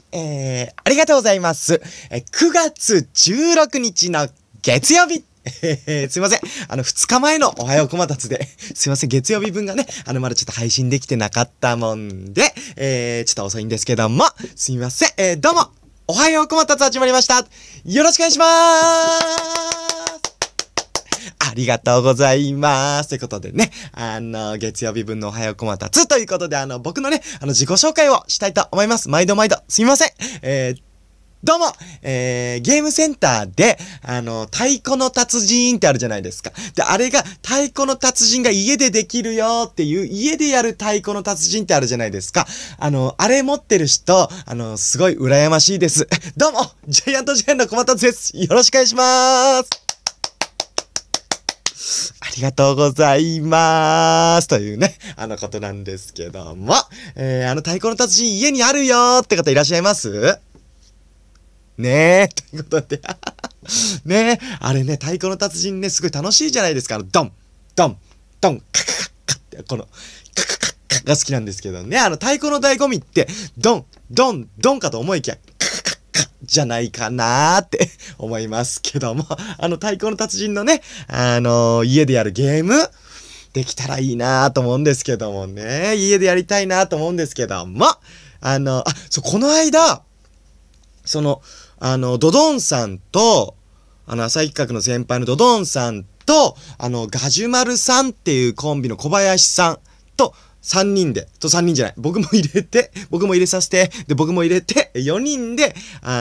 ありがとうございます。9月16日の月曜日。すいません。2日前のおはようこまたつで、すいません、月曜日分がね、まだちょっと配信できてなかったもんで、ちょっと遅いんですけども、すいません。どうも、おはようこまたつ始まりました。よろしくお願いしまーす。ありがとうございます。ということでね、月曜日分のおはようこまたつということで、僕のね、自己紹介をしたいと思います。毎度、すいません。どうも、ゲームセンターで、太鼓の達人ってあるじゃないですか。で、あれが、太鼓の達人が家でできるよっていう、家でやる太鼓の達人ってあるじゃないですか。あれ持ってる人、すごい羨ましいです。どうも、ジャイアントジャイアンの小松です。よろしくお願いします。ありがとうございます。というね、ことなんですけども、太鼓の達人家にあるよーって方いらっしゃいます？ねえ、ということで、ねえ、あれね、太鼓の達人ね、すごい楽しいじゃないですか。ドン、ドン、ドン、カカカカって、この、カカカカが好きなんですけどね、太鼓の醍醐味って、ドン、ドン、ドンかと思いきや、カカカカじゃないかなーって思いますけども、太鼓の達人のね、家でやるゲーム、できたらいいなーと思うんですけどもね、家でやりたいなーと思うんですけども、そう、この間、ドドンさんと、浅井企画の先輩のドドンさんと、ガジュマルさんっていうコンビの小林さんと、3人じゃない、僕も入れさせて、で、僕も入れて、4人で、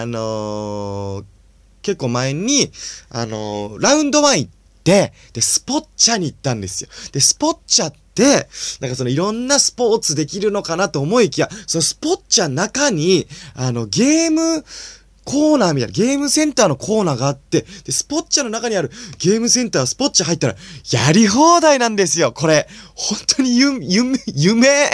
結構前に、ラウンド1行って、で、スポッチャに行ったんですよ。で、スポッチャって、なんかいろんなスポーツできるのかなと思いきや、そのスポッチャの中に、ゲームコーナーみたいな、ゲームセンターのコーナーがあって、で、スポッチャの中にあるゲームセンター、スポッチャ入ったら、やり放題なんですよ、これ。本当に夢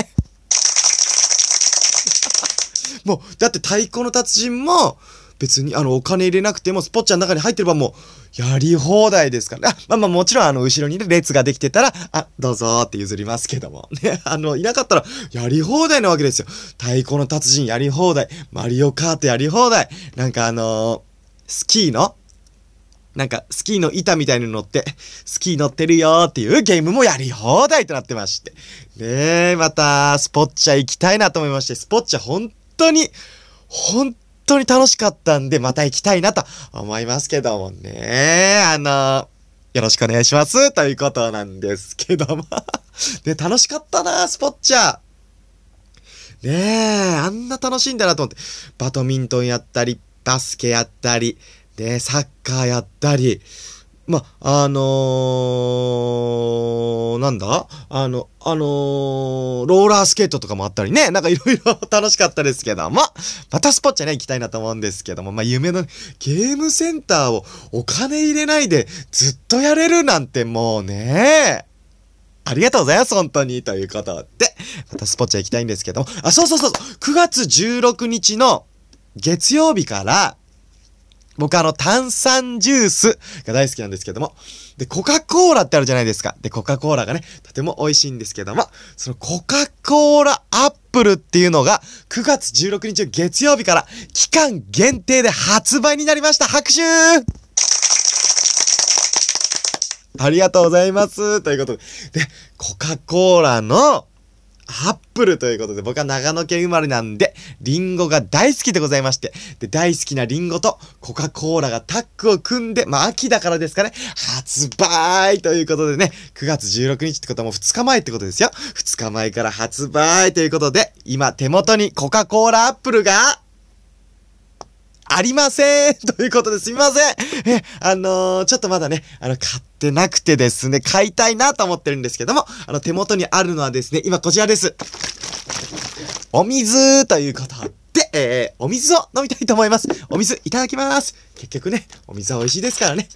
もう、だって太鼓の達人も、別にお金入れなくてもスポッチャの中に入ってればもうやり放題ですからね。まあもちろん後ろにね列ができてたらどうぞーって譲りますけどもね、いなかったらやり放題なわけですよ。太鼓の達人やり放題、マリオカートやり放題、なんかスキーの板みたいに乗ってスキー乗ってるよーっていうゲームもやり放題となってまして、ね、またスポッチャ行きたいなと思いまして、スポッチャ本当に楽しかったんで、また行きたいなと思いますけどもね。よろしくお願いします。ということなんですけども。ね、楽しかったな、スポッチャ。ねえ、あんな楽しいんだなと思って。バドミントンやったり、バスケやったり、で、サッカーやったり、なんだローラースケートとかもあったりね、なんかいろいろ楽しかったですけども、またスポッチャね、行きたいなと思うんですけども、夢のゲームセンターをお金入れないでずっとやれるなんてもうね、ありがとうございます、本当に。ということで、またスポッチャ行きたいんですけども、そう、9月16日の月曜日から、僕炭酸ジュースが大好きなんですけども。で、コカ・コーラってあるじゃないですか。で、コカ・コーラがね、とても美味しいんですけども、そのコカ・コーラアップルっていうのが9月16日の月曜日から期間限定で発売になりました。拍手ありがとうございます。ということで、コカ・コーラのアップルということで、僕は長野県生まれなんで、リンゴが大好きでございまして、で、大好きなリンゴとコカ・コーラがタッグを組んで、秋だからですかね、発売ということでね、9月16日ってことはもう2日前ってことですよ。2日前から発売ということで、今手元にコカ・コーラアップルが、ありませんということですみません。ちょっとまだね、買ってなくてですね、買いたいなと思ってるんですけども、手元にあるのはですね、今こちらです。お水ということで、お水を飲みたいと思います。お水いただきます。結局ね、お水は美味しいですからね。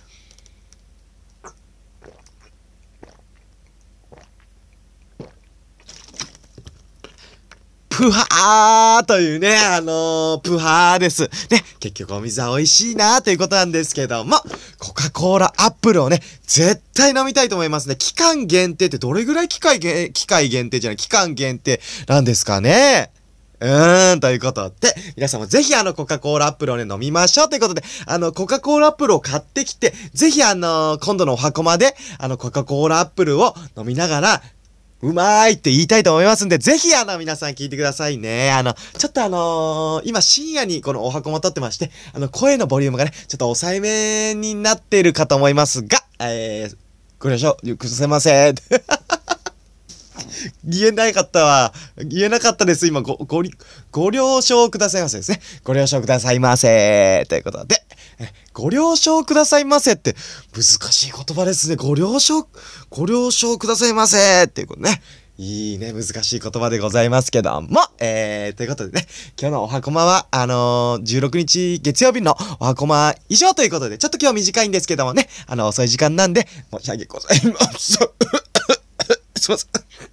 プハーというね、プハーです。ね、結局お水は美味しいなということなんですけども、コカ・コーラアップルをね、絶対飲みたいと思いますね。期間限定ってどれぐらい期間限定なんですかね。 ということで、皆さんもぜひコカ・コーラアップルをね、飲みましょうということで、コカ・コーラアップルを買ってきて、ぜひ今度のお箱まで、コカ・コーラアップルを飲みながら、うまーいって言いたいと思いますんで、ぜひ皆さん聞いてくださいね。ちょっと今深夜にこのお箱も撮ってまして、声のボリュームがね、ちょっと抑えめになっているかと思いますが、ご了承、すいません。言えなかったわ。言えなかったです。今、ご了承くださいませですね。ご了承くださいませ。ということで、ご了承くださいませって、難しい言葉ですね。ご了承くださいませっていうことね。いいね、難しい言葉でございますけども、ということでね、今日のおはこまは、16日月曜日のおはこま以上ということで、ちょっと今日短いんですけどもね、遅い時間なんで、申し訳ございません。すいません。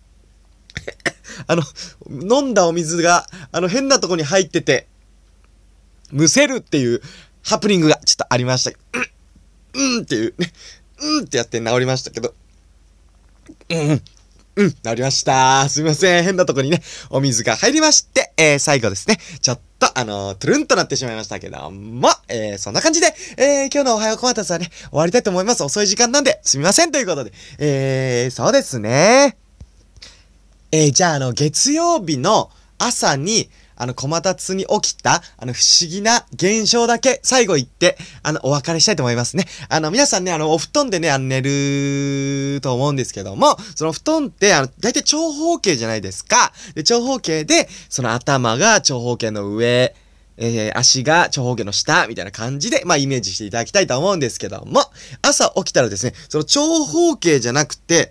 飲んだお水が、変なとこに入ってて、むせるっていうハプニングがちょっとありましたけど、っていうね、ってやって治りましたけど、治りました。すいません。変なとこにね、お水が入りまして、最後ですね、ちょっとトゥルンとなってしまいましたけども、そんな感じで、今日のおはようコマタスはね、終わりたいと思います。遅い時間なんで、すみませんということで、そうですね。じゃあ月曜日の朝に、コマタツに起きた、不思議な現象だけ最後言って、お別れしたいと思いますね。皆さんね、お布団でね、寝ると思うんですけども、その布団って、だいたい長方形じゃないですか。で、長方形で、その頭が長方形の上、足が長方形の下、みたいな感じで、イメージしていただきたいと思うんですけども、朝起きたらですね、その長方形じゃなくて、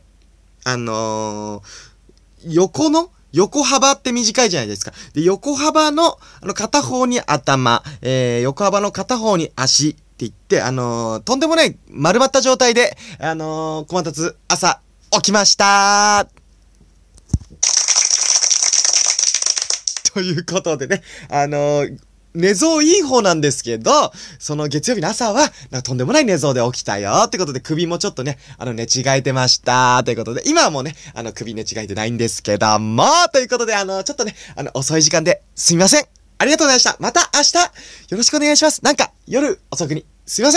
横幅って短いじゃないですか。で、横幅の、片方に頭、横幅の片方に足って言って、とんでもない丸まった状態で、コマタツ、朝、起きましたということでね、寝相いい方なんですけど、その月曜日の朝は、とんでもない寝相で起きたよってことで首もちょっとね、寝違えてましたということで、今はもうね、首寝違えてないんですけども、ということで、ちょっとね、遅い時間ですみません。ありがとうございました。また明日、よろしくお願いします。なんか、夜遅くに、すみません。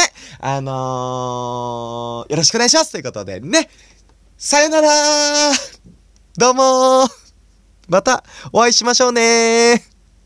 よろしくお願いします。ということでね、さよならー。どうもー。またお会いしましょうねー。